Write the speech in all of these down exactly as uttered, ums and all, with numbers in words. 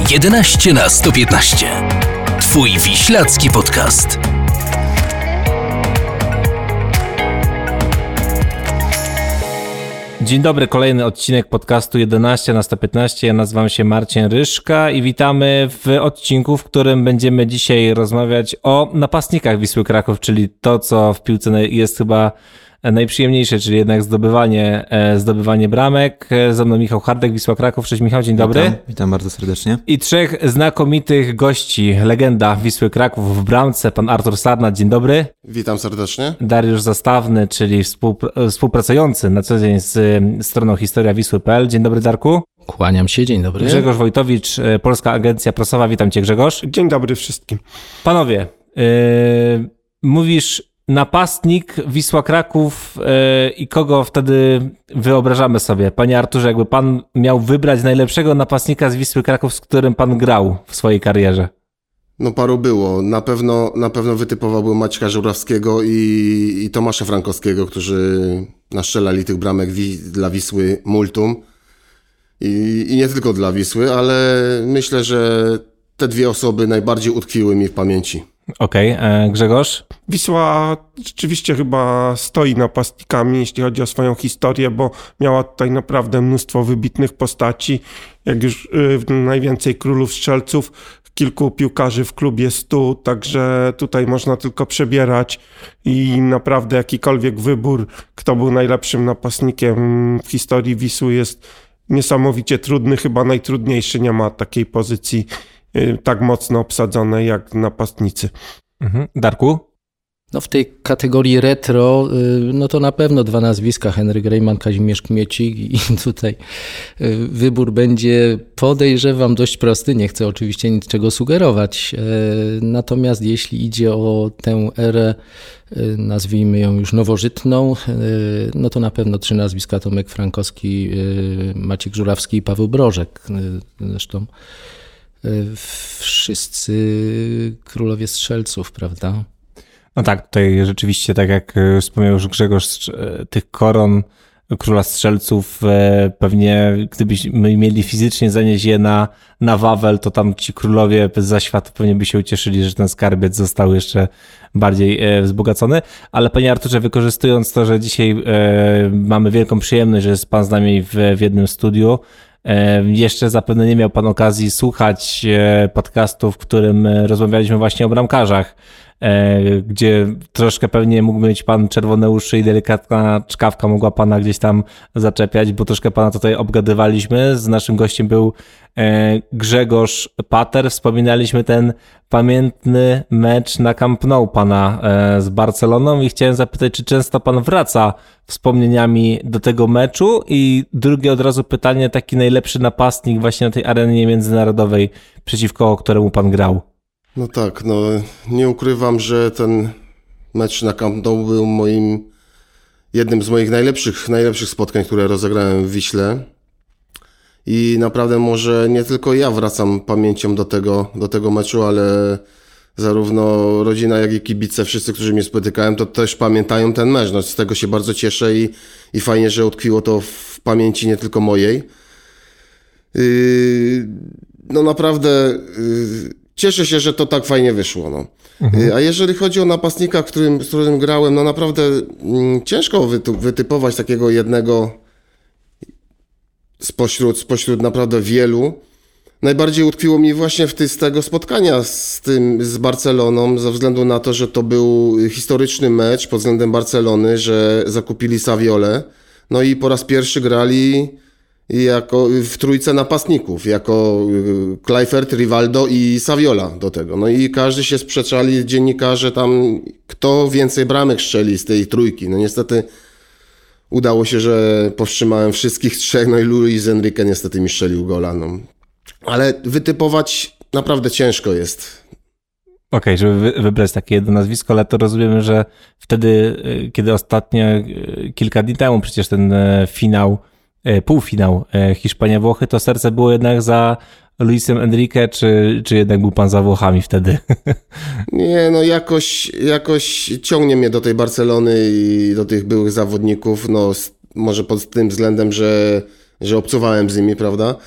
jedenaście na sto piętnaście. Twój wiślacki podcast. Dzień dobry, kolejny odcinek podcastu jedenaście na sto piętnaście. Ja nazywam się Marcin Ryszka i witamy w odcinku, w którym będziemy dzisiaj rozmawiać o napastnikach Wisły Kraków, czyli to, co w piłce jest chyba najprzyjemniejsze, czyli jednak zdobywanie, zdobywanie bramek. Ze mną Michał Hardek, Wisła Kraków. Cześć Michał, dzień dobry. Witam, witam bardzo serdecznie. I trzech znakomitych gości, legenda Wisły Kraków w bramce, pan Artur Sarnat, dzień dobry. Witam serdecznie. Dariusz Zastawny, czyli współpr- współpracujący na co dzień z y, stroną historia wisły kropka p l. Dzień dobry, Darku. Kłaniam się, dzień dobry. Grzegorz Wojtowicz, Polska Agencja Prasowa. Witam cię, Grzegorz. Dzień dobry wszystkim. Panowie, yy, mówisz napastnik Wisła Kraków yy, i kogo wtedy wyobrażamy sobie? Panie Arturze, jakby pan miał wybrać najlepszego napastnika z Wisły Kraków, z którym pan grał w swojej karierze? No paru było. Na pewno, na pewno wytypowałbym Maćka Żurawskiego i, i Tomasza Frankowskiego, którzy naszczelali tych bramek wi- dla Wisły multum. I, I nie tylko dla Wisły, ale myślę, że te dwie osoby najbardziej utkwiły mi w pamięci. Okej, okay. Grzegorz? Wisła rzeczywiście chyba stoi napastnikami, jeśli chodzi o swoją historię, bo miała tutaj naprawdę mnóstwo wybitnych postaci. Jak już yy, najwięcej królów strzelców, kilku piłkarzy w klubie stu, także tutaj można tylko przebierać i naprawdę jakikolwiek wybór, kto był najlepszym napastnikiem w historii Wisły, jest niesamowicie trudny, chyba najtrudniejszy. Nie ma takiej pozycji y, tak mocno obsadzonej jak napastnicy. Mhm. Darku? No w tej kategorii retro, no to na pewno dwa nazwiska, Henryk Reimann, Kazimierz Kmiecik i tutaj wybór będzie, podejrzewam, dość prosty, nie chcę oczywiście niczego sugerować, natomiast jeśli idzie o tę erę, nazwijmy ją już nowożytną, no to na pewno trzy nazwiska, Tomek Frankowski, Maciek Żurawski i Paweł Brożek, zresztą wszyscy królowie strzelców, prawda? No tak, tutaj rzeczywiście, tak jak wspomniał już Grzegorz, tych koron króla strzelców pewnie gdybyśmy mieli fizycznie zanieść je na, na Wawel, to tam ci królowie z zaświatu pewnie by się ucieszyli, że ten skarbiec został jeszcze bardziej wzbogacony. Ale panie Arturze, wykorzystując to, że dzisiaj mamy wielką przyjemność, że jest pan z nami w, w jednym studiu, jeszcze zapewne nie miał pan okazji słuchać podcastu, w którym rozmawialiśmy właśnie o bramkarzach, gdzie troszkę pewnie mógł mieć pan czerwone uszy i delikatna czkawka mogła pana gdzieś tam zaczepiać, bo troszkę pana tutaj obgadywaliśmy. Z naszym gościem był Grzegorz Pater. Wspominaliśmy ten pamiętny mecz na Camp Nou pana z Barceloną i chciałem zapytać, czy często pan wraca wspomnieniami do tego meczu? I drugie od razu pytanie, taki najlepszy napastnik właśnie na tej arenie międzynarodowej, przeciwko któremu pan grał? No tak, no nie ukrywam, że ten mecz na Camp Nou był moim, jednym z moich najlepszych, najlepszych spotkań, które rozegrałem w Wiśle. I naprawdę może nie tylko ja wracam pamięcią do tego, do tego meczu, ale zarówno rodzina, jak i kibice, wszyscy, którzy mnie spotykają, to też pamiętają ten mecz. No, z tego się bardzo cieszę i, i fajnie, że utkwiło to w pamięci nie tylko mojej. Yy, no naprawdę... Yy, Cieszę się, że to tak fajnie wyszło. No. Mhm. A jeżeli chodzi o napastnika, którym, z którym grałem, no naprawdę mm, ciężko wyty- wytypować takiego jednego spośród, spośród naprawdę wielu. Najbardziej utkwiło mi właśnie w ty, z tego spotkania z tym, z Barceloną, ze względu na to, że to był historyczny mecz pod względem Barcelony, że zakupili Saviolę, no i po raz pierwszy grali jako w trójce napastników, jako Kluivert, Rivaldo i Saviola do tego. No i każdy się sprzeczali, dziennikarze tam, kto więcej bramek strzeli z tej trójki. No niestety udało się, że powstrzymałem wszystkich trzech, no i Luis Enrique niestety mi strzelił gola. No. Ale wytypować naprawdę ciężko jest. Okej, okay, żeby wybrać takie jedno nazwisko, ale to rozumiem, że wtedy, kiedy ostatnio, kilka dni temu przecież ten finał, półfinał Hiszpania-Włochy, to serce było jednak za Luisem Enrique, czy, czy jednak był pan za Włochami wtedy? Nie, no jakoś, jakoś ciągnie mnie do tej Barcelony i do tych byłych zawodników, no może pod tym względem, że, że obcowałem z nimi, prawda?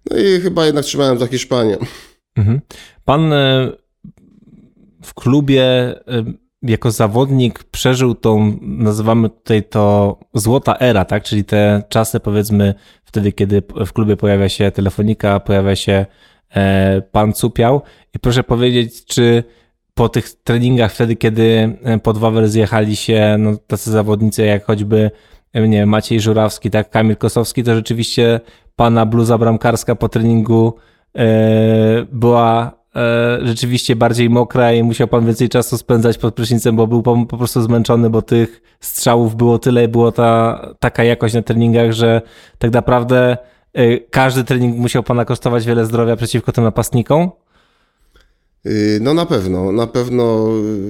No i chyba jednak trzymałem za Hiszpanię. Mhm. Pan w klubie jako zawodnik przeżył tą, nazywamy tutaj to złota era, tak? Czyli te czasy, powiedzmy, wtedy, kiedy w klubie pojawia się Telefonika, pojawia się pan Cupiał. I proszę powiedzieć, czy po tych treningach wtedy, kiedy pod Wawel zjechali się no, tacy zawodnicy jak choćby nie wiem, Maciej Żurawski, tak, Kamil Kosowski, to rzeczywiście pana bluza bramkarska po treningu e, była e, rzeczywiście bardziej mokra i musiał pan więcej czasu spędzać pod prysznicem, bo był pan po prostu zmęczony, bo tych strzałów było tyle i było ta taka jakość na treningach, że tak naprawdę e, każdy trening musiał pana kosztować wiele zdrowia przeciwko tym napastnikom? No na pewno, na pewno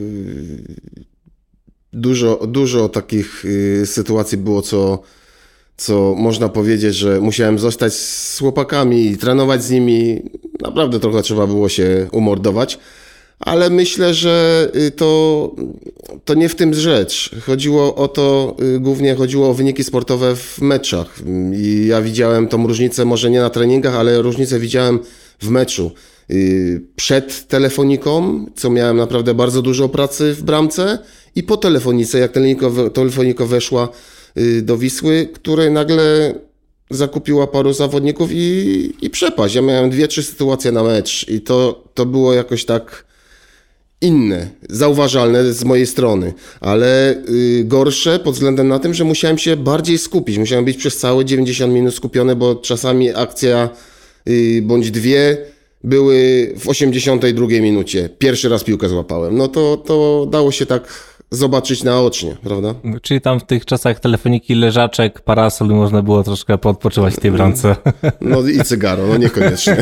dużo, dużo takich sytuacji było, co, co można powiedzieć, że musiałem zostać z chłopakami i trenować z nimi. Naprawdę trochę trzeba było się umordować, ale myślę, że to, to nie w tym rzecz. Chodziło o to, głównie chodziło o wyniki sportowe w meczach i ja widziałem tą różnicę, może nie na treningach, ale różnicę widziałem w meczu. Przed Telefoniką, co miałem naprawdę bardzo dużo pracy w bramce, i po Telefonice, jak Telefonika weszła do Wisły, której nagle zakupiła paru zawodników i, i przepaść. Ja miałem dwie, trzy sytuacje na mecz i to, to było jakoś tak inne, zauważalne z mojej strony, ale gorsze pod względem na tym, że musiałem się bardziej skupić. Musiałem być przez całe dziewięćdziesiąt minut skupiony, bo czasami akcja bądź dwie były w osiemdziesiątej drugiej minucie. Pierwszy raz piłkę złapałem. No to, to dało się tak zobaczyć naocznie, prawda? Czyli tam w tych czasach Telefoniki leżaczek, parasol można było troszkę poodpoczywać w tej bramce. No i cygaro, no niekoniecznie.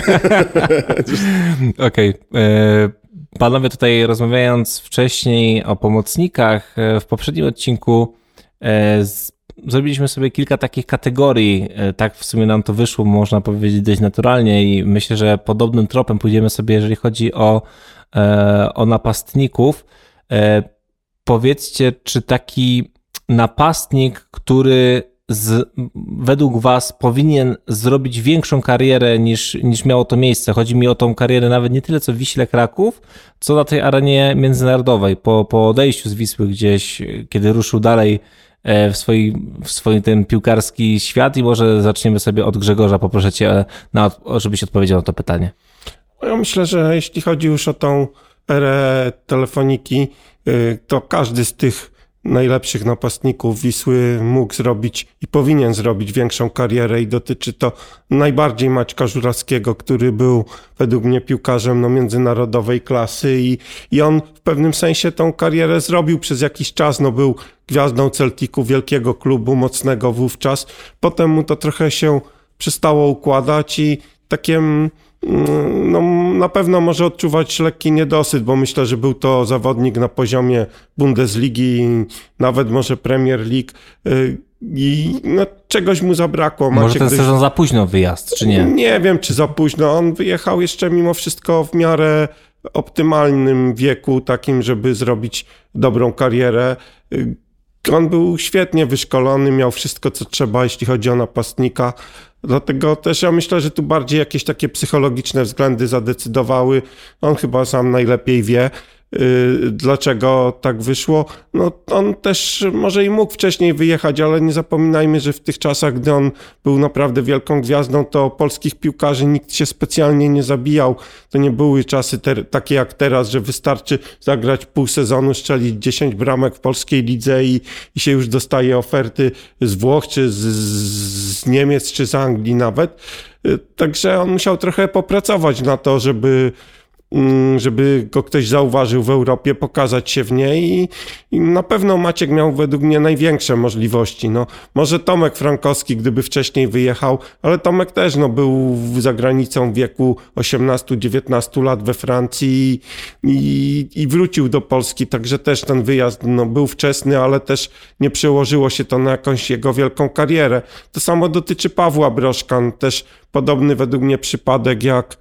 Okej. Okay. Panowie tutaj rozmawiając wcześniej o pomocnikach, w poprzednim odcinku z zrobiliśmy sobie kilka takich kategorii, tak w sumie nam to wyszło, można powiedzieć dość naturalnie i myślę, że podobnym tropem pójdziemy sobie, jeżeli chodzi o, o napastników. Powiedzcie, czy taki napastnik, który z, według was powinien zrobić większą karierę niż, niż miało to miejsce. Chodzi mi o tą karierę nawet nie tyle co w Wiśle Kraków, co na tej arenie międzynarodowej. Po, po odejściu z Wisły gdzieś, kiedy ruszył dalej w swój, w swój ten piłkarski świat i może zaczniemy sobie od Grzegorza. Poproszę cię, na, żebyś odpowiedział na to pytanie. Ja myślę, że jeśli chodzi już o tą erę Telefoniki, to każdy z tych najlepszych napastników Wisły mógł zrobić i powinien zrobić większą karierę i dotyczy to najbardziej Maćka Żurawskiego, który był według mnie piłkarzem no, międzynarodowej klasy i, i on w pewnym sensie tą karierę zrobił przez jakiś czas, no był gwiazdą Celticu, wielkiego klubu, mocnego wówczas. Potem mu to trochę się przestało układać i takie no, na pewno może odczuwać lekki niedosyt, bo myślę, że był to zawodnik na poziomie Bundesligi, nawet może Premier League i no, czegoś mu zabrakło. Może Maciek ten dość... sezon za późno wyjazd, czy nie? Nie wiem, czy za późno. On wyjechał jeszcze mimo wszystko w miarę optymalnym wieku, takim, żeby zrobić dobrą karierę. On był świetnie wyszkolony, miał wszystko, co trzeba, jeśli chodzi o napastnika. Dlatego też ja myślę, że tu bardziej jakieś takie psychologiczne względy zadecydowały. On chyba sam najlepiej wie, yy, dlaczego tak wyszło. No on też może i mógł wcześniej wyjechać, ale nie zapominajmy, że w tych czasach, gdy on był naprawdę wielką gwiazdą, to polskich piłkarzy nikt się specjalnie nie zabijał. To nie były czasy te, takie jak teraz, że wystarczy zagrać pół sezonu, strzelić dziesięć bramek w polskiej lidze i, i się już dostaje oferty z Włoch, czy z, z Niemiec, czy z Anglii nawet. Także on musiał trochę popracować na to, żeby żeby go ktoś zauważył w Europie, pokazać się w niej i, i na pewno Maciek miał według mnie największe możliwości. No, może Tomek Frankowski, gdyby wcześniej wyjechał, ale Tomek też no, był za granicą w wieku osiemnastu dziewiętnastu lat we Francji i, i, i wrócił do Polski, także też ten wyjazd no, był wczesny, ale też nie przełożyło się to na jakąś jego wielką karierę. To samo dotyczy Pawła Brożka, też podobny według mnie przypadek jak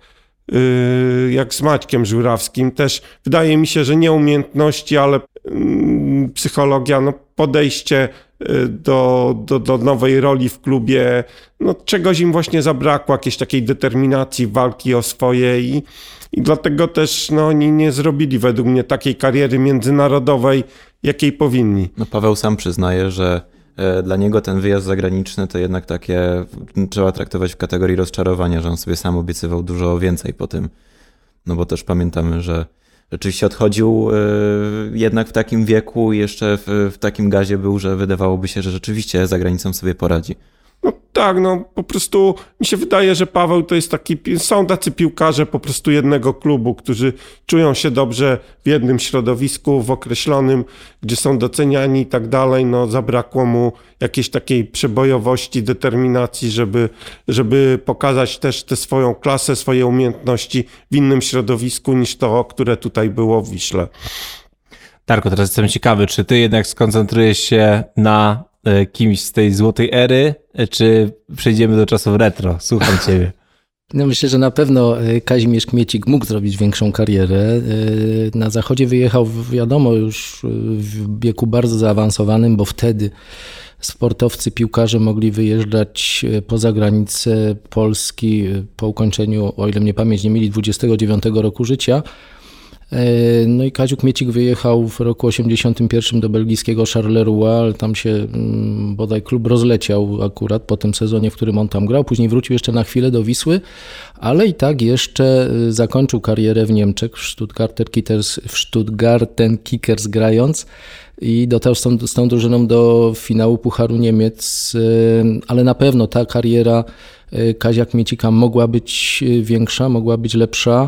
jak z Maćkiem Żurawskim. Też wydaje mi się, że nie umiejętności, ale psychologia, no podejście do, do, do nowej roli w klubie. No, czegoś im właśnie zabrakło, jakiejś takiej determinacji, walki o swoje i, i dlatego też no, oni nie zrobili według mnie takiej kariery międzynarodowej, jakiej powinni. No, Paweł sam przyznaje, że dla niego ten wyjazd zagraniczny to jednak takie trzeba traktować w kategorii rozczarowania, że on sobie sam obiecywał dużo więcej po tym. No bo też pamiętamy, że rzeczywiście odchodził jednak w takim wieku i jeszcze w, w takim gazie był, że wydawałoby się, że rzeczywiście za granicą sobie poradzi. No tak, no po prostu mi się wydaje, że Paweł to jest taki, są tacy piłkarze po prostu jednego klubu, którzy czują się dobrze w jednym środowisku, w określonym, gdzie są doceniani i tak dalej, no zabrakło mu jakiejś takiej przebojowości, determinacji, żeby, żeby pokazać też tę swoją klasę, swoje umiejętności w innym środowisku niż to, które tutaj było w Wiśle. Darku, teraz jestem ciekawy, czy ty jednak skoncentrujesz się na kimś z tej złotej ery, czy przejdziemy do czasów retro? Słucham ciebie. No myślę, że na pewno Kazimierz Kmiecik mógł zrobić większą karierę. Na zachodzie wyjechał, wiadomo, już w wieku bardzo zaawansowanym, bo wtedy sportowcy, piłkarze mogli wyjeżdżać poza granicę Polski po ukończeniu, o ile mnie pamięć nie myli, dwudziestego dziewiątego roku życia. No i Kaziu Kmiecik wyjechał w roku osiemdziesiątym pierwszym do belgijskiego Charleroi, ale tam się bodaj klub rozleciał akurat po tym sezonie, w którym on tam grał. Później wrócił jeszcze na chwilę do Wisły, ale i tak jeszcze zakończył karierę w Niemczech, w Stuttgarter Kickers, w Stuttgarten Kickers grając i dotarł z tą, z tą drużyną do finału Pucharu Niemiec, ale na pewno ta kariera Kazia Kmiecika mogła być większa, mogła być lepsza.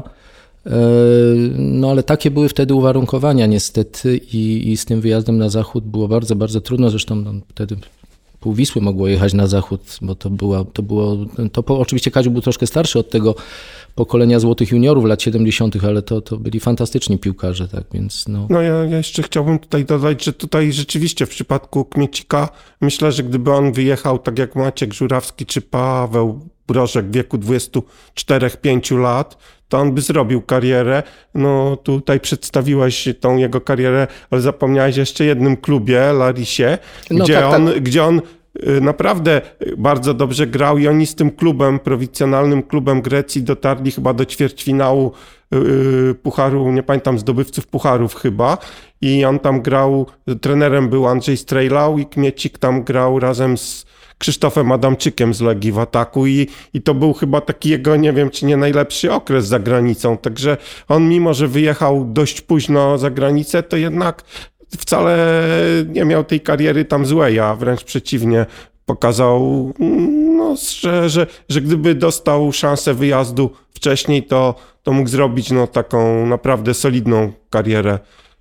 No ale takie były wtedy uwarunkowania niestety i, i z tym wyjazdem na zachód było bardzo, bardzo trudno. Zresztą no, wtedy pół Wisły mogło jechać na zachód, bo to, była, to było... To po, oczywiście Kaziu był troszkę starszy od tego pokolenia złotych juniorów lat siedemdziesiątych, ale to, to byli fantastyczni piłkarze, tak więc no... No ja, ja jeszcze chciałbym tutaj dodać, że tutaj rzeczywiście w przypadku Kmiecika myślę, że gdyby on wyjechał tak jak Maciek Żurawski czy Paweł Brożek w wieku dwudziestu czterech pięciu lat, to on by zrobił karierę. No tutaj przedstawiłeś tą jego karierę, ale zapomniałeś jeszcze jednym klubie, Larisie, no, gdzie, tak, on, tak. gdzie on naprawdę bardzo dobrze grał i oni z tym klubem, prowincjonalnym klubem Grecji dotarli chyba do ćwierćfinału Pucharu, nie pamiętam, zdobywców Pucharów chyba i on tam grał, trenerem był Andrzej Strejlał i Kmiecik tam grał razem z Krzysztofem Adamczykiem z Legii w ataku i, i to był chyba taki jego, nie wiem, czy nie najlepszy okres za granicą, także on mimo, że wyjechał dość późno za granicę, to jednak wcale nie miał tej kariery tam złej, a wręcz przeciwnie, pokazał, no, że, że, że gdyby dostał szansę wyjazdu wcześniej, to, to mógł zrobić no, taką naprawdę solidną karierę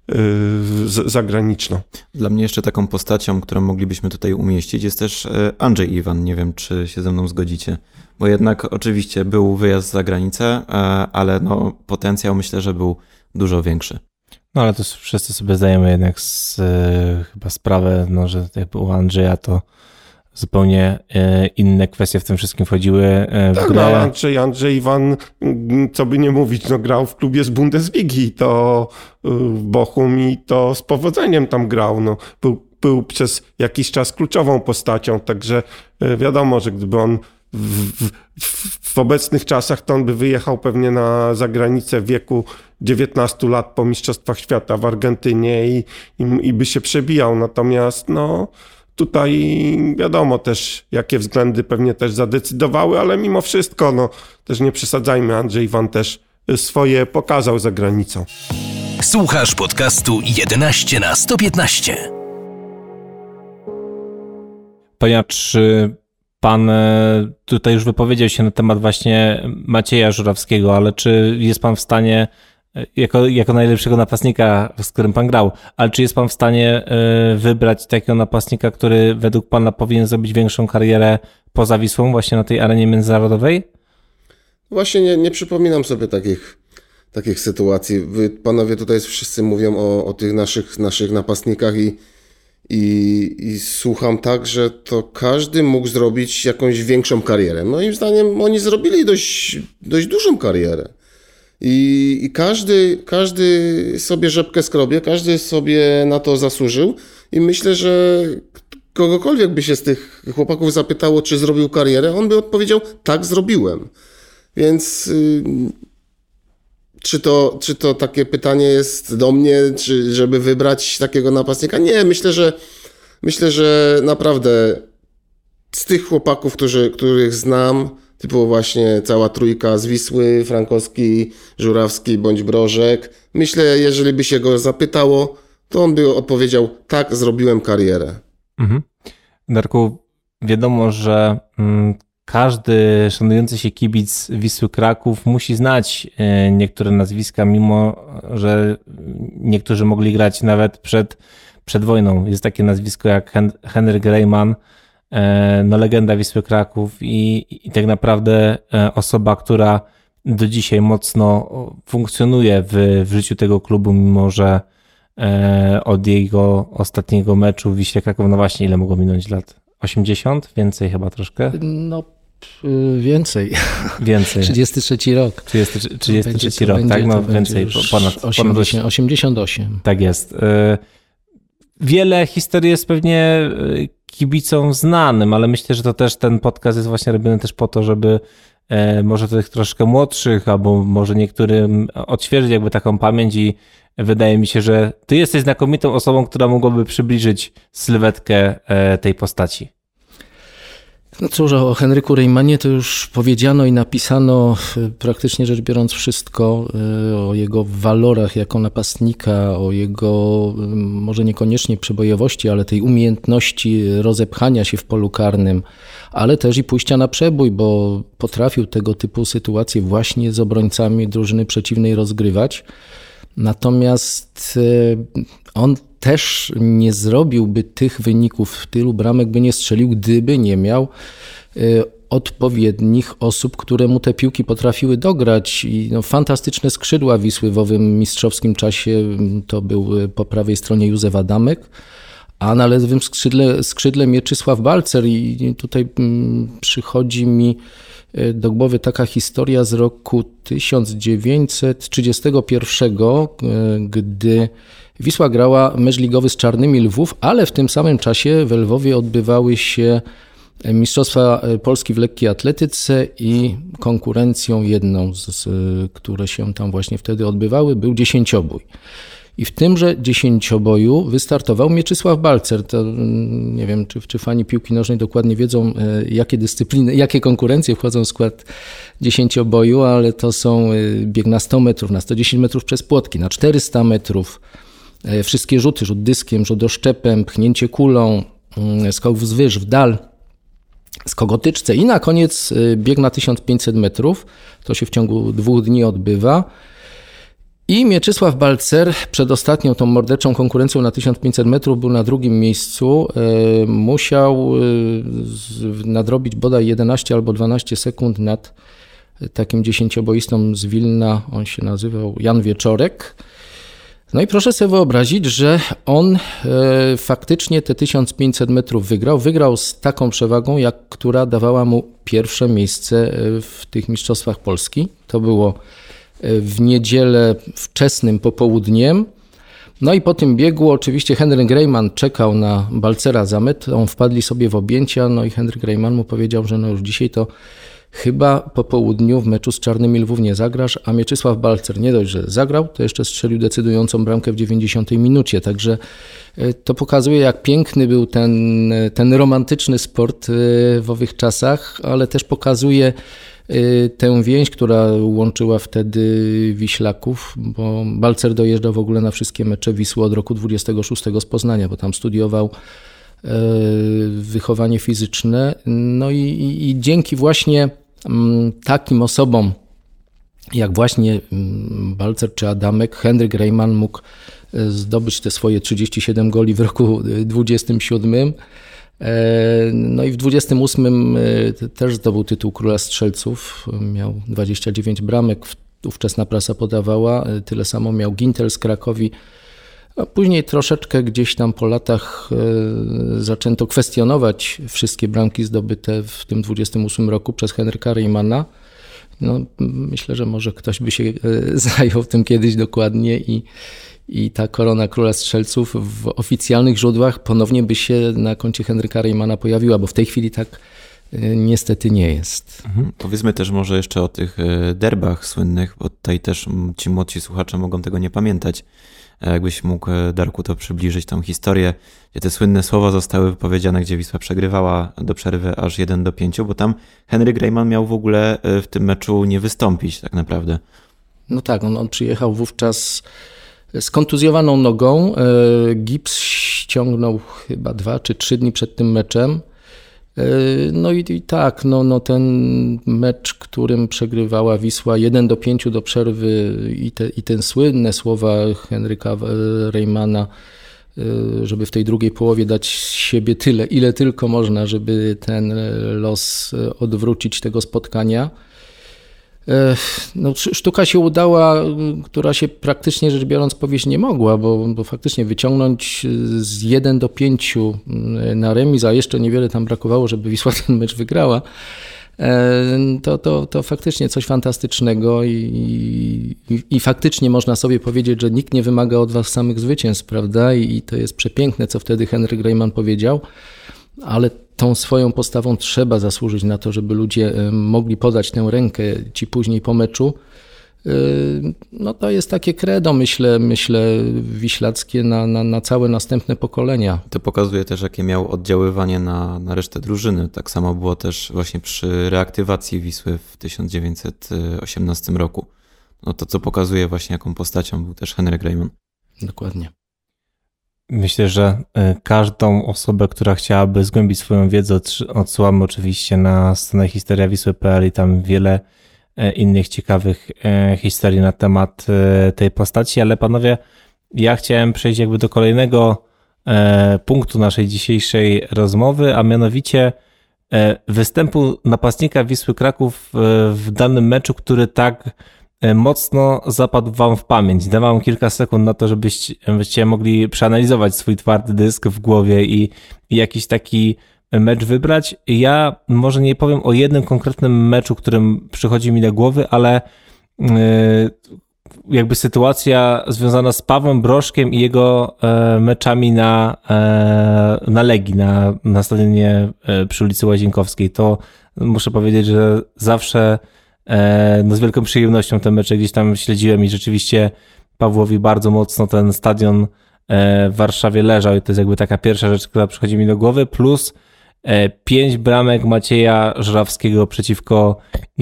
yy, zagraniczną. Dla mnie jeszcze taką postacią, którą moglibyśmy tutaj umieścić, jest też Andrzej Iwan. Nie wiem, czy się ze mną zgodzicie, bo jednak oczywiście był wyjazd za granicę, ale no, potencjał myślę, że był dużo większy. No ale to wszyscy sobie zdajemy jednak z, e, chyba sprawę, no, że jakby u Andrzeja to zupełnie e, inne kwestie w tym wszystkim wchodziły e, w tak, grę. No, Andrzej, Andrzej Iwan, co by nie mówić, no, grał w klubie z Bundesligi, to w Bochum i to z powodzeniem tam grał. No, był, był przez jakiś czas kluczową postacią, także wiadomo, że gdyby on w, w, w obecnych czasach to on by wyjechał pewnie na zagranicę w wieku dziewiętnastu lat po Mistrzostwach Świata w Argentynie i, i, i by się przebijał. Natomiast no, tutaj wiadomo też, jakie względy pewnie też zadecydowały, ale mimo wszystko no, też nie przesadzajmy, Andrzej Iwan też swoje pokazał za granicą. Słuchasz podcastu jedenaście na sto piętnaście. Ponieważ pan tutaj już wypowiedział się na temat właśnie Macieja Żurawskiego, ale czy jest pan w stanie, jako, jako najlepszego napastnika, z którym pan grał, ale czy jest pan w stanie wybrać takiego napastnika, który według pana powinien zrobić większą karierę poza Wisłą, właśnie na tej arenie międzynarodowej? Właśnie nie, nie przypominam sobie takich, takich sytuacji. Wy, panowie tutaj wszyscy mówią o, o tych naszych, naszych napastnikach i I, I słucham tak, że to każdy mógł zrobić jakąś większą karierę. Moim zdaniem oni zrobili dość, dość dużą karierę. I, i każdy, każdy sobie rzepkę skrobie, każdy sobie na to zasłużył. I myślę, że kogokolwiek by się z tych chłopaków zapytało, czy zrobił karierę, on by odpowiedział, tak, zrobiłem. Więc y, czy, to, czy to takie pytanie jest do mnie, czy żeby wybrać takiego napastnika? Nie, myślę, że myślę, że naprawdę z tych chłopaków, którzy, których znam, typu właśnie cała trójka z Wisły, Frankowski, Żurawski bądź Brożek, myślę, jeżeli by się go zapytało, to on by odpowiedział, tak, zrobiłem karierę. Mhm. Darku, wiadomo, że mm, każdy szanujący się kibic Wisły Kraków musi znać y, niektóre nazwiska, mimo że niektórzy mogli grać nawet przed, przed wojną. Jest takie nazwisko jak Hen- Henryk Reimann, y, no legenda Wisły Kraków i, i tak naprawdę y, osoba, która do dzisiaj mocno funkcjonuje w, w życiu tego klubu, mimo że od jego ostatniego meczu w Wiśle Kraków, no właśnie, ile mogło minąć lat? osiemdziesiąt? Więcej chyba troszkę? No więcej. Więcej. trzydziesty trzeci rok. trzydziesty, trzydziesty trzeci będzie, rok, będzie, tak? No więcej, ponad, osiemdziesiąt, ponad osiemdziesiąt osiem. Tak jest. Wiele historii jest pewnie kibicom znanym, ale myślę, że to też ten podcast jest właśnie robiony też po to, żeby może tych troszkę młodszych, albo może niektórym odświeżyć jakby taką pamięć i wydaje mi się, że ty jesteś znakomitą osobą, która mogłaby przybliżyć sylwetkę tej postaci. No cóż, o Henryku Reimanie to już powiedziano i napisano praktycznie rzecz biorąc wszystko, o jego walorach jako napastnika, o jego może niekoniecznie przebojowości, ale tej umiejętności rozepchania się w polu karnym, ale też i pójścia na przebój, bo potrafił tego typu sytuacje właśnie z obrońcami drużyny przeciwnej rozgrywać. Natomiast on też nie zrobiłby tych wyników, tylu bramek by nie strzelił, gdyby nie miał odpowiednich osób, które mu te piłki potrafiły dograć. I no, fantastyczne skrzydła Wisły w owym mistrzowskim czasie to był po prawej stronie Józef Adamek, a na lewym skrzydle, skrzydle Mieczysław Balcer. I tutaj przychodzi mi do głowy taka historia z roku tysiąc dziewięćset trzydziestego pierwszego, gdy Wisła grała mecz ligowy z Czarnymi Lwów, ale w tym samym czasie w Lwowie odbywały się Mistrzostwa Polski w lekkiej atletyce i konkurencją jedną, z, które się tam właśnie wtedy odbywały, był dziesięciobój. I w tymże dziesięcioboju wystartował Mieczysław Balcer. To nie wiem, czy, czy fani piłki nożnej dokładnie wiedzą, jakie dyscypliny, jakie konkurencje wchodzą w skład dziesięcioboju, ale to są bieg na sto metrów, na sto dziesięć metrów przez płotki, na czterysta metrów, wszystkie rzuty, rzut dyskiem, rzut oszczepem, pchnięcie kulą, skok wzwyż, w dal, skok o tyczce i na koniec bieg na tysiąc pięćset metrów. To się w ciągu dwóch dni odbywa. I Mieczysław Balcer przed ostatnią tą morderczą konkurencją na tysiąc pięćset metrów był na drugim miejscu. Musiał nadrobić bodaj jedenaście albo dwanaście sekund nad takim dziesięcioboistą z Wilna. On się nazywał Jan Wieczorek. No i proszę sobie wyobrazić, że on faktycznie te tysiąc pięćset metrów wygrał. Wygrał z taką przewagą, jak która dawała mu pierwsze miejsce w tych Mistrzostwach Polski. To było w niedzielę wczesnym popołudniem. No i po tym biegu oczywiście Henryk Reimann czekał na Balcera za metą, wpadli sobie w objęcia, no i Henryk Reimann mu powiedział, że no już dzisiaj to chyba po południu w meczu z Czarnymi Lwów nie zagrasz, a Mieczysław Balcer nie dość, że zagrał, to jeszcze strzelił decydującą bramkę w dziewięćdziesiątej minucie, także to pokazuje, jak piękny był ten, ten romantyczny sport w owych czasach, ale też pokazuje tę więź, która łączyła wtedy Wiślaków, bo Balcer dojeżdżał w ogóle na wszystkie mecze Wisły od roku dwudziestego szóstego z Poznania, bo tam studiował wychowanie fizyczne. No i, i, i dzięki właśnie takim osobom, jak właśnie Balcer czy Adamek, Henryk Reimann mógł zdobyć te swoje trzydzieści siedem goli w roku dwudziestym siódmym. No i w dwudziestym ósmym też zdobył tytuł Króla Strzelców, miał dwadzieścia dziewięć bramek, ówczesna prasa podawała, tyle samo miał Gintel z Krakowi, a później troszeczkę gdzieś tam po latach zaczęto kwestionować wszystkie bramki zdobyte w tym dwudziestym ósmym roku przez Henryka Reimanna. No, myślę, że może ktoś by się zajął tym kiedyś dokładnie i, i ta korona króla strzelców w oficjalnych źródłach ponownie by się na koncie Henryka Reymana pojawiła, bo w tej chwili tak niestety nie jest. Mhm. Powiedzmy też może jeszcze o tych derbach słynnych, bo tutaj też ci młodsi słuchacze mogą tego nie pamiętać. Jakbyś mógł, Darku, to przybliżyć tą historię, gdzie te słynne słowa zostały wypowiedziane, gdzie Wisła przegrywała do przerwy aż jeden do pięciu, bo tam Henryk Reyman miał w ogóle w tym meczu nie wystąpić tak naprawdę. No tak, on, on przyjechał wówczas z kontuzjowaną nogą. Gips ściągnął chyba dwa czy trzy dni przed tym meczem. No i, i tak, no, no ten mecz, którym przegrywała Wisła jeden do pięciu do przerwy i te, i te słynne słowa Henryka Reymana, żeby w tej drugiej połowie dać siebie tyle, ile tylko można, żeby ten los odwrócić tego spotkania. No, sztuka się udała, która się praktycznie rzecz biorąc powieść nie mogła, bo, bo faktycznie wyciągnąć z jeden do pięciu na remis, a jeszcze niewiele tam brakowało, żeby Wisła ten mecz wygrała, to, to, to faktycznie coś fantastycznego i, i, i faktycznie można sobie powiedzieć, że nikt nie wymaga od was samych zwycięstw, prawda? I, i to jest przepiękne, co wtedy Henryk Reyman powiedział, ale tą swoją postawą trzeba zasłużyć na to, żeby ludzie mogli podać tę rękę ci później po meczu. No to jest takie credo, myślę, myślę wiślackie na, na, na całe następne pokolenia. To pokazuje też, jakie miał oddziaływanie na, na resztę drużyny. Tak samo było też właśnie przy reaktywacji Wisły w tysiąc dziewięćset osiemnastym roku. No to co pokazuje właśnie, jaką postacią był też Henryk Reyman. Dokładnie. Myślę, że każdą osobę, która chciałaby zgłębić swoją wiedzę, odsyłamy oczywiście na stronę historia wisły kropka p l i tam wiele innych ciekawych historii na temat tej postaci, ale panowie, ja chciałem przejść jakby do kolejnego punktu naszej dzisiejszej rozmowy, a mianowicie występu napastnika Wisły Kraków w danym meczu, który tak mocno zapadł wam w pamięć. Dam wam kilka sekund na to, żebyście, żebyście mogli przeanalizować swój twardy dysk w głowie i, i jakiś taki mecz wybrać. Ja może nie powiem o jednym konkretnym meczu, którym przychodzi mi do głowy, ale yy, jakby sytuacja związana z Pawłem Brożkiem i jego e, meczami na, e, na Legii, na, na stadionie e, przy ulicy Łazienkowskiej. To muszę powiedzieć, że zawsze no z wielką przyjemnością te mecze gdzieś tam śledziłem i rzeczywiście Pawłowi bardzo mocno ten stadion w Warszawie leżał i to jest jakby taka pierwsza rzecz, która przychodzi mi do głowy, plus pięć bramek Macieja Żurawskiego przeciwko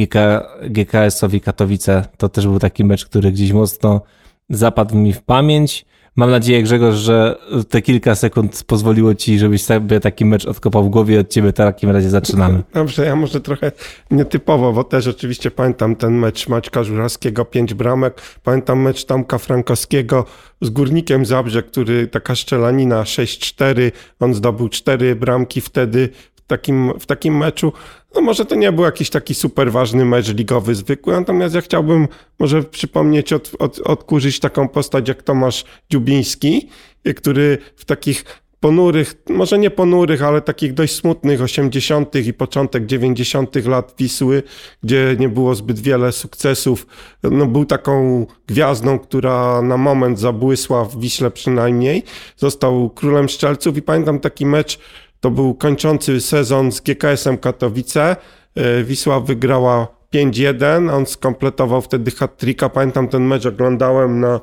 G K S-owi Katowice. To też był taki mecz, który gdzieś mocno zapadł mi w pamięć. Mam nadzieję, Grzegorz, że te kilka sekund pozwoliło ci, żebyś sobie taki mecz odkopał w głowie. Od ciebie w takim razie zaczynamy. Dobrze, ja może trochę nietypowo, bo też oczywiście pamiętam ten mecz Maćka Żurawskiego, pięć bramek. Pamiętam mecz Tomka Frankowskiego z Górnikiem Zabrze, który taka szczelanina sześć cztery, on zdobył cztery bramki wtedy w takim, w takim meczu. No może to nie był jakiś taki super ważny mecz ligowy zwykły, natomiast ja chciałbym może przypomnieć, od, od, odkurzyć taką postać jak Tomasz Dziubiński, który w takich ponurych, może nie ponurych, ale takich dość smutnych osiemdziesiątych i początek dziewięćdziesiątych lat Wisły, gdzie nie było zbyt wiele sukcesów, no był taką gwiazdą, która na moment zabłysła w Wiśle przynajmniej, został królem strzelców i pamiętam taki mecz. To był kończący sezon z G K S-em Katowice. Wisła wygrała pięć jeden, on skompletował wtedy hat-tricka. Pamiętam ten mecz, oglądałem na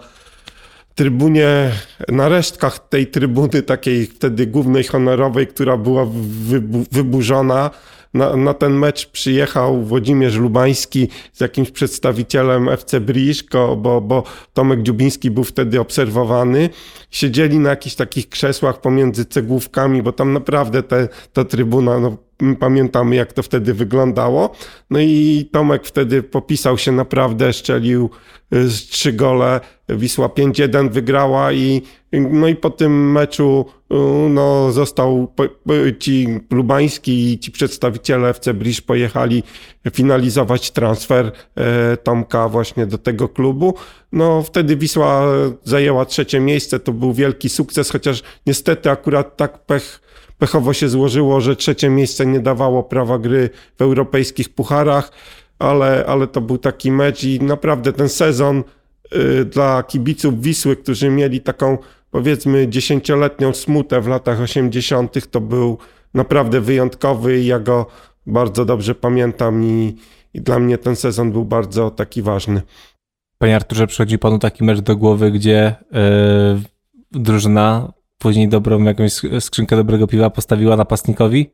trybunie, na resztkach tej trybuny takiej wtedy głównej honorowej, która była wybu- wyburzona. Na, na ten mecz przyjechał Włodzimierz Lubański z jakimś przedstawicielem F C Briszko, bo, bo Tomek Dziubiński był wtedy obserwowany. Siedzieli na jakichś takich krzesłach pomiędzy cegłówkami, bo tam naprawdę te, ta trybuna, no, pamiętamy jak to wtedy wyglądało. No i Tomek wtedy popisał się naprawdę, szczelił z trzy gole. Wisła pięć jeden wygrała i no i po tym meczu no, został ci Lubański i ci przedstawiciele F C Brisz pojechali finalizować transfer Tomka właśnie do tego klubu. No wtedy Wisła zajęła trzecie miejsce, to był wielki sukces, chociaż niestety akurat tak pech pechowo się złożyło, że trzecie miejsce nie dawało prawa gry w europejskich pucharach. ale, ale to był taki mecz i naprawdę ten sezon y, dla kibiców Wisły, którzy mieli taką powiedzmy dziesięcioletnią smutę w latach osiemdziesiątych, to był naprawdę wyjątkowy i ja go bardzo dobrze pamiętam i, i dla mnie ten sezon był bardzo taki ważny. Panie Arturze, przychodzi panu taki mecz do głowy, gdzie yy, drużyna później dobrą jakąś skrzynkę dobrego piwa postawiła napastnikowi?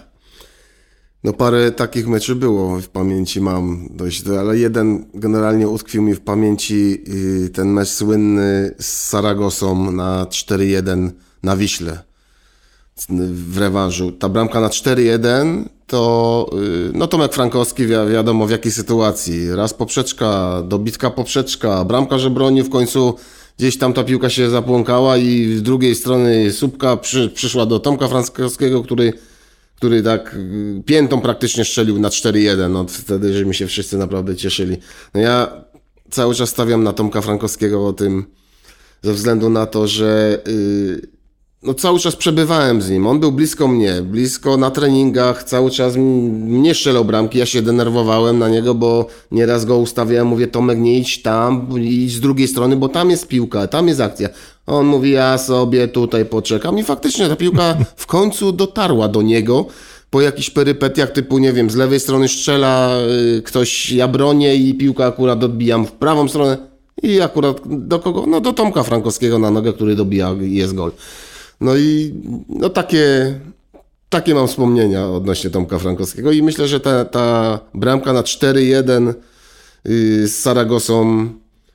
No parę takich meczy było w pamięci, mam dość, ale jeden generalnie utkwił mi w pamięci, ten mecz słynny z Saragosą na cztery jeden na Wiśle w rewanżu. Ta bramka na cztery jeden to no Tomek Frankowski wi- wiadomo w jakiej sytuacji. Raz poprzeczka, dobitka poprzeczka, bramkarz broni, w końcu gdzieś tam ta piłka się zapłąkała i z drugiej strony słupka przy, przyszła do Tomka Frankowskiego, który który tak piętą praktycznie strzelił na cztery jeden. No wtedy, żeśmy się wszyscy naprawdę cieszyli. No ja cały czas stawiam na Tomka Frankowskiego o tym, ze względu na to, że yy, no cały czas przebywałem z nim. On był blisko mnie, blisko na treningach, cały czas mnie strzelał bramki. Ja się denerwowałem na niego, bo nieraz go ustawiałem, mówię, Tomek, nie idź tam, idź z drugiej strony, bo tam jest piłka, tam jest akcja. On mówi, ja sobie tutaj poczekam i faktycznie ta piłka w końcu dotarła do niego po jakichś perypetiach typu, nie wiem, z lewej strony strzela y, ktoś, ja bronię i piłka akurat odbijam w prawą stronę i akurat do kogo? No do Tomka Frankowskiego na nogę, który dobija i jest gol. No i no takie, takie mam wspomnienia odnośnie Tomka Frankowskiego i myślę, że ta, ta bramka na cztery jeden y, z Saragosą,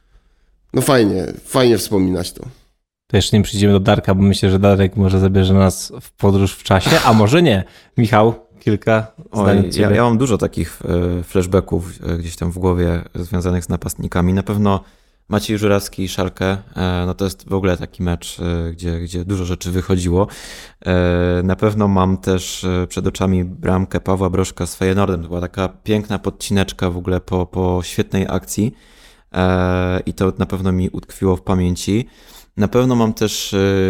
no fajnie, fajnie wspominać to. To jeszcze nie przyjdziemy do Darka, bo myślę, że Darek może zabierze nas w podróż w czasie, a może nie. Michał, kilka zdań od ja, ciebie. ja mam dużo takich flashbacków gdzieś tam w głowie związanych z napastnikami. Na pewno Maciej Żurawski i Szalkę, no to jest w ogóle taki mecz, gdzie, gdzie dużo rzeczy wychodziło. Na pewno mam też przed oczami bramkę Pawła Brożka z Feyenoordem. To była taka piękna podcineczka w ogóle po, po świetnej akcji i to na pewno mi utkwiło w pamięci. Na pewno mam też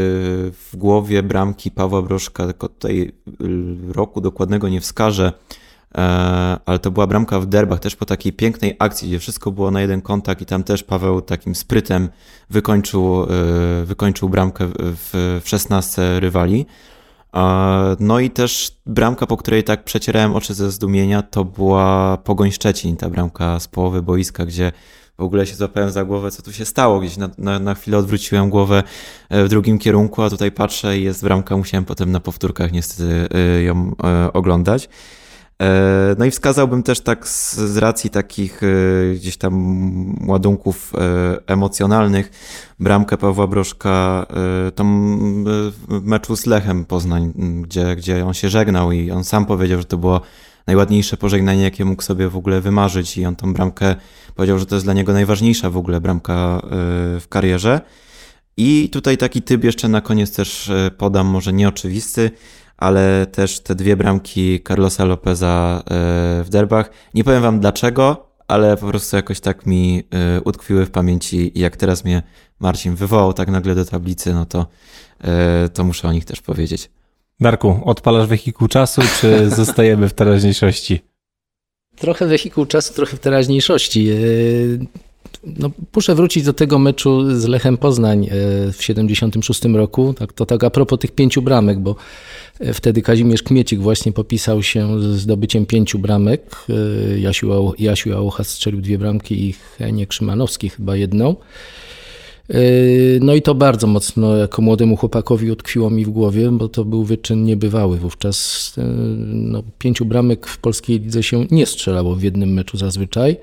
w głowie bramki Pawła Brożka, tylko tutaj roku dokładnego nie wskażę, ale to była bramka w derbach, też po takiej pięknej akcji, gdzie wszystko było na jeden kontakt i tam też Paweł takim sprytem wykończył, wykończył bramkę w, w szesnastce rywali. No i też bramka, po której tak przecierałem oczy ze zdumienia, to była Pogoń Szczecin, ta bramka z połowy boiska, gdzie w ogóle się złapałem za głowę, co tu się stało. Gdzieś na, na, na chwilę odwróciłem głowę w drugim kierunku, a tutaj patrzę i jest bramka. Musiałem potem na powtórkach niestety ją oglądać. No i wskazałbym też tak z, z racji takich gdzieś tam ładunków emocjonalnych bramkę Pawła Brożka tam w meczu z Lechem Poznań, gdzie, gdzie on się żegnał i on sam powiedział, że to było najładniejsze pożegnanie, jakie mógł sobie w ogóle wymarzyć i on tą bramkę powiedział, że to jest dla niego najważniejsza w ogóle bramka w karierze. I tutaj taki typ jeszcze na koniec też podam, może nieoczywisty, ale też te dwie bramki Carlosa Lopeza w derbach. Nie powiem wam dlaczego, ale po prostu jakoś tak mi utkwiły w pamięci i jak teraz mnie Marcin wywołał tak nagle do tablicy, no to, to muszę o nich też powiedzieć. Darku, odpalasz wehikuł czasu, czy zostajemy w teraźniejszości? Trochę wehikuł czasu, trochę w teraźniejszości. No, muszę wrócić do tego meczu z Lechem Poznań w siedemdziesiątym szóstym roku. Tak, to tak a propos tych pięciu bramek, bo wtedy Kazimierz Kmiecik właśnie popisał się z zdobyciem pięciu bramek. Jasiu, Jasiu Ałocha strzelił dwie bramki i Heniek Szymanowski chyba jedną. No i to bardzo mocno jako młodemu chłopakowi utkwiło mi w głowie, bo to był wyczyn niebywały. Wówczas no, pięciu bramek w polskiej lidze się nie strzelało w jednym meczu zazwyczaj.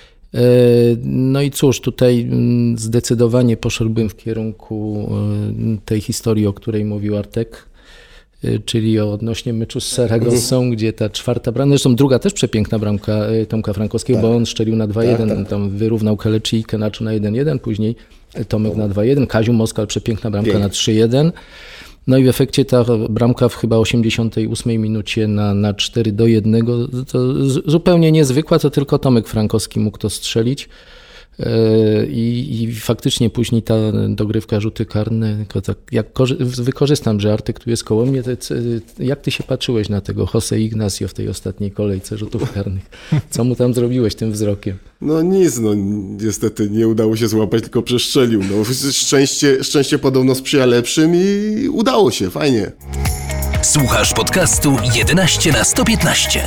No i cóż, tutaj zdecydowanie poszedłbym w kierunku tej historii, o której mówił Artek, czyli o odnośnie meczu z Saragossą, gdzie ta czwarta bramka, zresztą druga też przepiękna bramka Tomka Frankowskiego, tak, bo on strzelił na dwa jeden, tak, tak. Tam wyrównał Keleczy i Kenaczu na jeden jeden, później Tomek na dwa jeden, Kaziu Moskal przepiękna bramka Pięknie. na trzy jeden. No i w efekcie ta bramka w chyba osiemdziesiątej ósmej minucie na, na cztery do jednego, to zupełnie niezwykła, to tylko Tomek Frankowski mógł to strzelić. I, I faktycznie później ta dogrywka, rzuty karne, tylko tak jak korzy- wykorzystam, że Artek tu jest koło mnie, to jak ty się patrzyłeś na tego Jose Ignacio w tej ostatniej kolejce rzutów karnych? Co mu tam zrobiłeś tym wzrokiem? No nic, no niestety nie udało się złapać, tylko przestrzelił. No, szczęście, szczęście podobno sprzyja lepszym i udało się, fajnie. Słuchasz podcastu jedenaście na sto piętnaście.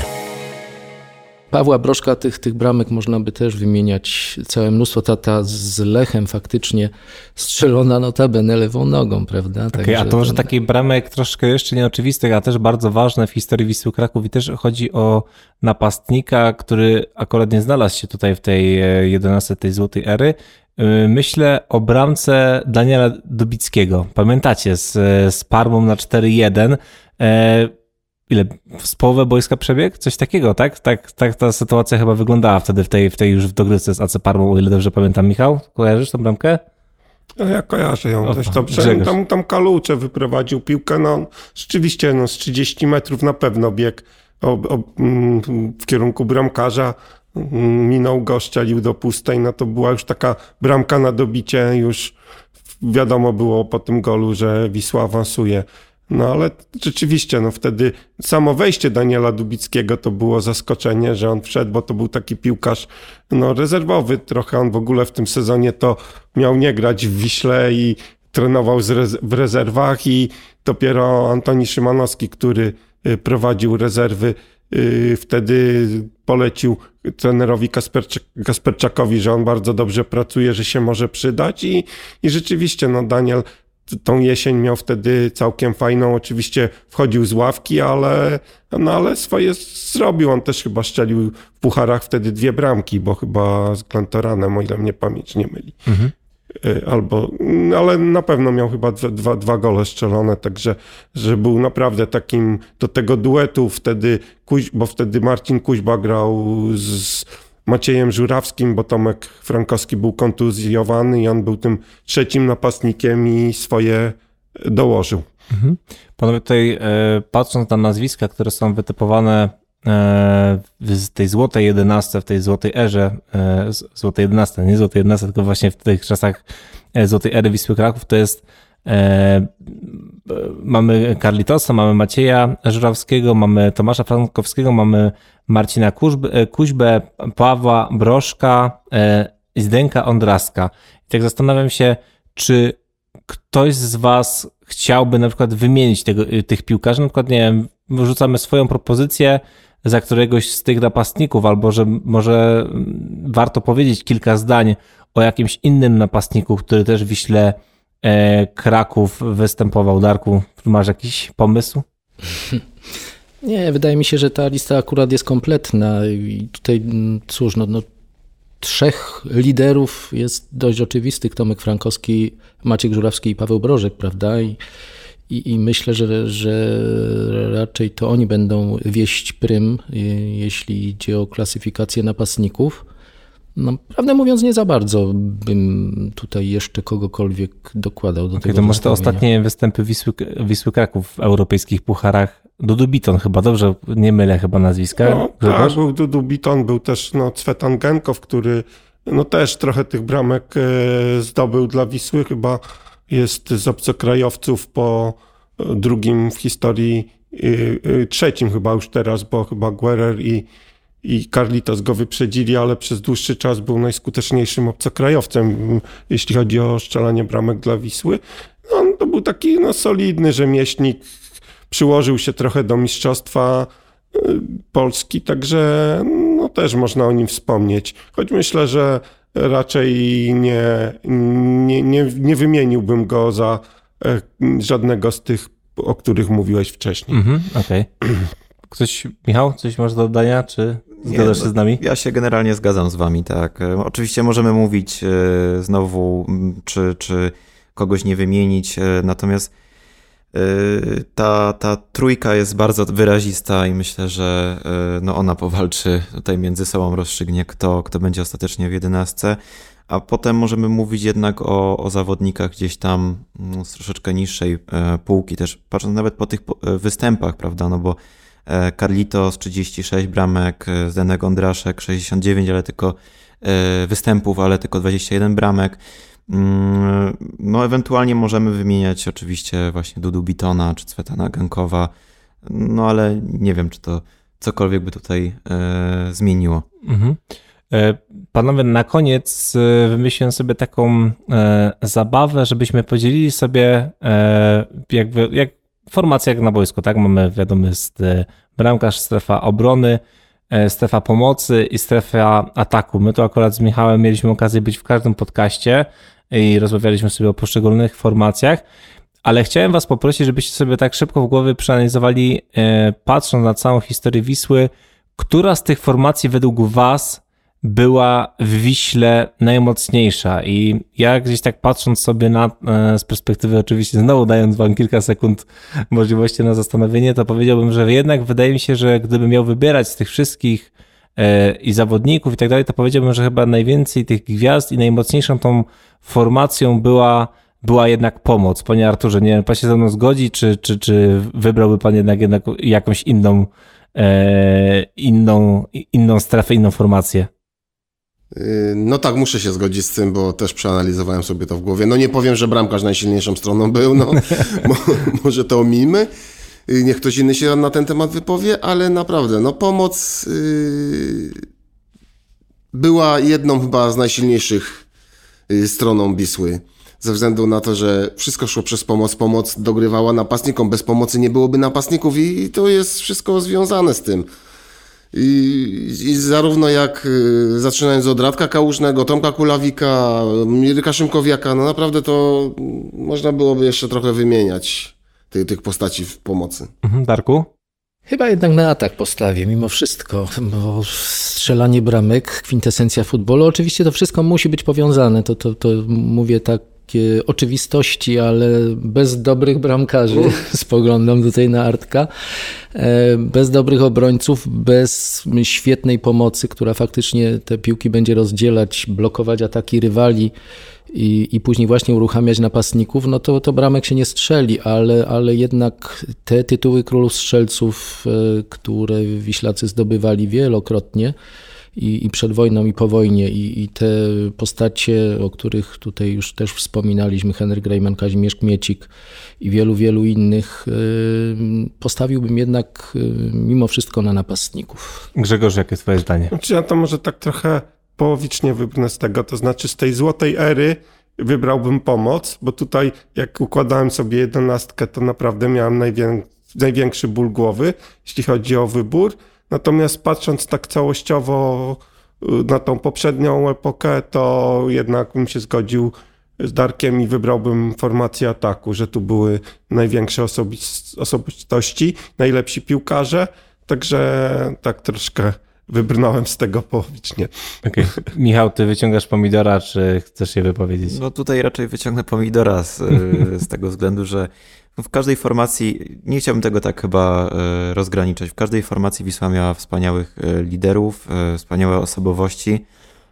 Pawła Brożka, tych, tych bramek można by też wymieniać całe mnóstwo. Tata z Lechem faktycznie strzelona notabene lewą nogą, prawda? Okay, a to może ten... takich bramek troszkę jeszcze nieoczywistych, a też bardzo ważne w historii Wisły Kraków i też chodzi o napastnika, który akurat nie znalazł się tutaj w tej jedenastej, tej złotej ery. Myślę o bramce Daniela Dubickiego. Pamiętacie, z, z Parmą na cztery jeden. E, ile? Z połowę boiska przebieg? Coś takiego, tak? Tak, tak ta sytuacja chyba wyglądała wtedy w tej, w tej już w dogrywce z A C Parmą, o ile dobrze pamiętam. Michał, kojarzysz tą bramkę? No ja kojarzę ją dość dobrze. Tam, tam Kalucze wyprowadził piłkę, no rzeczywiście no, z trzydzieści metrów na pewno biegł o, o, w kierunku bramkarza. Minął go, strzelił do pustej, no to była już taka bramka na dobicie, już wiadomo było po tym golu, że Wisła awansuje. No ale rzeczywiście, no wtedy samo wejście Daniela Dubickiego to było zaskoczenie, że on wszedł, bo to był taki piłkarz no rezerwowy trochę, on w ogóle w tym sezonie to miał nie grać w Wiśle i trenował z rez- w rezerwach i dopiero Antoni Szymanowski, który prowadził rezerwy, wtedy polecił trenerowi Kasperczak, Kasperczakowi, że on bardzo dobrze pracuje, że się może przydać i, i rzeczywiście no Daniel tą jesień miał wtedy całkiem fajną, oczywiście wchodził z ławki, ale, no ale swoje zrobił. On też chyba strzelił w pucharach wtedy dwie bramki, bo chyba z Glentoranem, o ile mnie pamięć nie myli. Mhm. Albo, ale na pewno miał chyba dwa, dwa, dwa gole strzelone, także że był naprawdę takim do tego duetu wtedy, Kuź, bo wtedy Marcin Kuźba grał z Maciejem Żurawskim, bo Tomek Frankowski był kontuzjowany i on był tym trzecim napastnikiem i swoje dołożył. Mhm. Panowie, tutaj patrząc na nazwiska, które są wytypowane w tej złotej jedenastce, w tej złotej erze, złotej jedenastce, nie złotej jedenastce, tylko właśnie w tych czasach złotej ery Wisły Kraków, to jest e, mamy Carlitosa, mamy Macieja Żurawskiego, mamy Tomasza Frankowskiego, mamy Marcina Kuźbę, Kuźbę Pawła Brożka e, i Zdenka Ondraska. I tak zastanawiam się, czy ktoś z was chciałby na przykład wymienić tego, tych piłkarzy, na przykład, nie wiem, rzucamy swoją propozycję za któregoś z tych napastników, albo że może warto powiedzieć kilka zdań o jakimś innym napastniku, który też w Wiśle e, Kraków występował. Darku, masz jakiś pomysł? Nie, wydaje mi się, że ta lista akurat jest kompletna i tutaj cóż, no, no trzech liderów jest dość oczywistych. Tomek Frankowski, Maciek Żurawski i Paweł Brożek, prawda? I I, I myślę, że, że raczej to oni będą wieść prym, jeśli idzie o klasyfikację napastników. No, prawdę mówiąc, nie za bardzo bym tutaj jeszcze kogokolwiek dokładał do okay, tego. To może te ostatnie występy Wisły, Wisły Kraków w europejskich pucharach. Dudu Biton chyba, dobrze, nie mylę chyba nazwiska. No, tak, był Dudu Biton, był też no, Cwetan Genkow, który no, też trochę tych bramek e, zdobył dla Wisły, chyba jest z obcokrajowców po drugim w historii, trzecim chyba już teraz, bo chyba Guerrer i, i Carlitos go wyprzedzili, ale przez dłuższy czas był najskuteczniejszym obcokrajowcem, jeśli chodzi o strzelanie bramek dla Wisły. No, to był taki no, solidny rzemieślnik, przyłożył się trochę do mistrzostwa Polski, także no, też można o nim wspomnieć. Choć myślę, że raczej nie, nie, nie, nie wymieniłbym go za żadnego z tych, o których mówiłeś wcześniej. Mhm, okej. Okay. Ktoś, Michał, coś masz do dodania, czy zgadzasz się z nami? Ja się generalnie zgadzam z wami, tak. Oczywiście możemy mówić znowu, czy, czy kogoś nie wymienić, natomiast ta, ta trójka jest bardzo wyrazista i myślę, że no ona powalczy tutaj między sobą, rozstrzygnie kto, kto będzie ostatecznie w jedenastce, a potem możemy mówić jednak o, o zawodnikach gdzieś tam no, z troszeczkę niższej półki też, patrząc nawet po tych występach, prawda, no bo Carlitos trzydzieści sześć bramek, Zdenek Ondraszek sześćdziesiąt dziewięć, ale tylko występów, ale tylko dwadzieścia jeden bramek. No ewentualnie możemy wymieniać oczywiście właśnie Dudu Bitona czy Cwetana Genkowa, no ale nie wiem, czy to cokolwiek by tutaj e, zmieniło. Mhm. E, panowie, na koniec wymyśliłem sobie taką e, zabawę, żebyśmy podzielili sobie e, jakby, jak formacja jak na boisku, tak? Mamy, wiadomo, jest bramkarz, strefa obrony, e, strefa pomocy i strefa ataku. My tu akurat z Michałem mieliśmy okazję być w każdym podcaście i rozmawialiśmy sobie o poszczególnych formacjach, ale chciałem was poprosić, żebyście sobie tak szybko w głowie przeanalizowali, e, patrząc na całą historię Wisły, która z tych formacji według was była w Wiśle najmocniejsza. I ja gdzieś tak patrząc sobie na, e, z perspektywy oczywiście znowu dając wam kilka sekund możliwości na zastanowienie, to powiedziałbym, że jednak wydaje mi się, że gdybym miał wybierać z tych wszystkich e, i zawodników i tak dalej, to powiedziałbym, że chyba najwięcej tych gwiazd i najmocniejszą tą formacją była była jednak pomoc. Panie Arturze, nie wiem, pan się ze mną zgodzi, czy, czy, czy wybrałby pan jednak, jednak jakąś inną, e, inną, inną strefę, inną formację? No tak, muszę się zgodzić z tym, bo też przeanalizowałem sobie to w głowie. No nie powiem, że bramkarz najsilniejszą stroną był, no mo, może to omijmy. Niech ktoś inny się na ten temat wypowie, ale naprawdę, no pomoc yy, była jedną chyba z najsilniejszych yy, stroną Wisły. Ze względu na to, że wszystko szło przez pomoc, pomoc dogrywała napastnikom. Bez pomocy nie byłoby napastników i to jest wszystko związane z tym. I, i zarówno jak y, zaczynając od Radka Kałużnego, Tomka Kulawika, Mirka Szymkowiaka, no naprawdę to można byłoby jeszcze trochę wymieniać ty, tych postaci w pomocy. Mhm, Darku? Chyba jednak na atak postawię, mimo wszystko, bo strzelanie bramek, kwintesencja futbolu, oczywiście to wszystko musi być powiązane, to, to, to mówię tak, oczywistości, ale bez dobrych bramkarzy, spoglądam tutaj na Artka, bez dobrych obrońców, bez świetnej pomocy, która faktycznie te piłki będzie rozdzielać, blokować ataki rywali i, i później właśnie uruchamiać napastników, no to, to bramek się nie strzeli, ale, ale jednak te tytuły królów strzelców, które Wiślacy zdobywali wielokrotnie, I, i przed wojną, i po wojnie, i, i te postacie, o których tutaj już też wspominaliśmy, Henryk Grejman, Kazimierz Kmiecik i wielu, wielu innych, postawiłbym jednak mimo wszystko na napastników. Grzegorz, jakie jest twoje zdanie? Znaczy ja to może tak trochę połowicznie wybrnę z tego, to znaczy z tej złotej ery wybrałbym pomoc, bo tutaj jak układałem sobie jedenastkę, to naprawdę miałem najwię- największy ból głowy, jeśli chodzi o wybór. Natomiast patrząc tak całościowo na tą poprzednią epokę, to jednak bym się zgodził z Darkiem i wybrałbym formację ataku, że tu były największe osobis- osobistości, najlepsi piłkarze, także tak troszkę wybrnąłem z tego połowicznie. Okay. Michał, ty wyciągasz pomidora, czy chcesz się wypowiedzieć? No tutaj raczej wyciągnę pomidora z, z tego względu, że w każdej formacji, nie chciałbym tego tak chyba rozgraniczać, w każdej formacji Wisła miała wspaniałych liderów, wspaniałe osobowości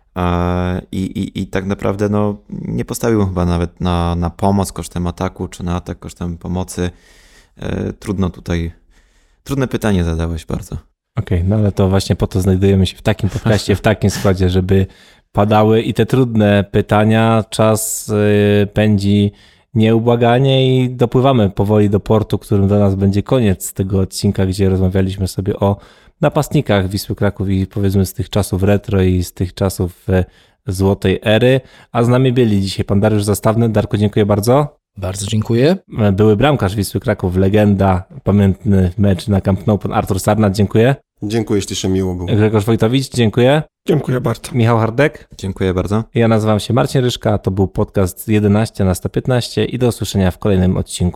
i, i, i tak naprawdę no, nie postawiłbym chyba nawet na, na pomoc kosztem ataku, czy na atak kosztem pomocy. Trudno tutaj, trudne pytanie zadałeś bardzo. Okej, okay, no ale to właśnie po to znajdujemy się w takim podcaście, w takim składzie, żeby padały i te trudne pytania. Czas yy, pędzi nieubłaganie i dopływamy powoli do portu, którym dla nas będzie koniec tego odcinka, gdzie rozmawialiśmy sobie o napastnikach Wisły Kraków i powiedzmy z tych czasów retro i z tych czasów złotej ery. A z nami byli dzisiaj pan Dariusz Zastawny. Darku, dziękuję bardzo. Bardzo dziękuję. Były bramkarz Wisły Kraków, legenda, pamiętny mecz na Camp Nou, pan Artur Sarnat, dziękuję. Dziękuję, ślicznie miło było. Grzegorz Wojtowicz, dziękuję. Dziękuję bardzo. Michał Hardek. Dziękuję bardzo. Ja nazywam się Marcin Ryszka, to był podcast jedenaście na sto piętnaście i do usłyszenia w kolejnym odcinku.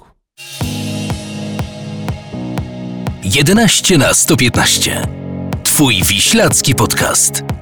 jedenaście na sto piętnaście. Twój wiślacki podcast.